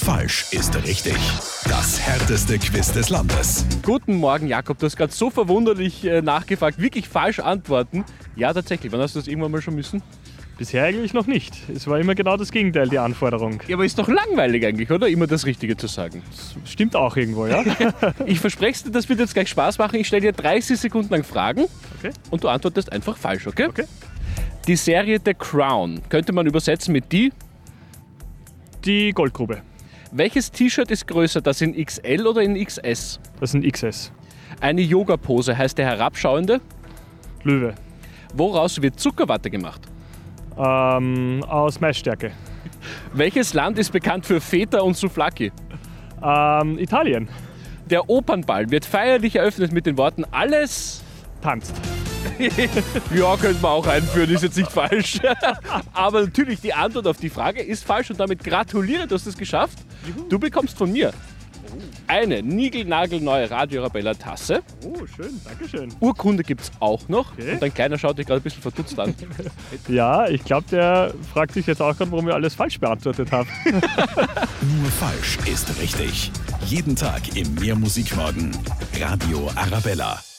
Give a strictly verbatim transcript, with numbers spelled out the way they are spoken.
falsch ist richtig. Das härteste Quiz des Landes. Guten Morgen, Jakob. Du hast gerade so verwunderlich äh, nachgefragt. Wirklich falsch antworten. Ja, tatsächlich. Wann hast du das irgendwann mal schon müssen? Bisher eigentlich noch nicht. Es war immer genau das Gegenteil, die Anforderung. Ja, aber ist doch langweilig eigentlich, oder? Immer das Richtige zu sagen. Das stimmt auch irgendwo, ja? Ich verspreche dir, das wird jetzt gleich Spaß machen. Ich stelle dir dreißig Sekunden lang Fragen Okay. und du antwortest einfach falsch, okay? Okay. Die Serie The Crown könnte man übersetzen mit die. Die Goldgrube. Welches T-Shirt ist größer, das in X L oder in X S? Das ist ein X S. Eine Yoga-Pose heißt der Herabschauende. Löwe. Woraus wird Zuckerwatte gemacht? Ähm, aus Maisstärke. Welches Land ist bekannt für Feta und Souvlaki? Ähm, Italien. Der Opernball wird feierlich eröffnet mit den Worten alles. Tanzt. Ja, könnte man auch einführen, ist jetzt nicht falsch. Aber natürlich, die Antwort auf die Frage ist falsch und damit gratuliere, du hast es geschafft. Du bekommst von mir eine niegelnagelneue Radio Arabella Tasse. Oh, schön, danke schön. Urkunde gibt es auch noch. Okay. Und dein Kleiner schaut dich gerade ein bisschen verdutzt an. Ja, ich glaube, der fragt sich jetzt auch gerade, warum ich alles falsch beantwortet habe. Nur falsch ist richtig. Jeden Tag im Mehr Musikmorgen. Radio Arabella.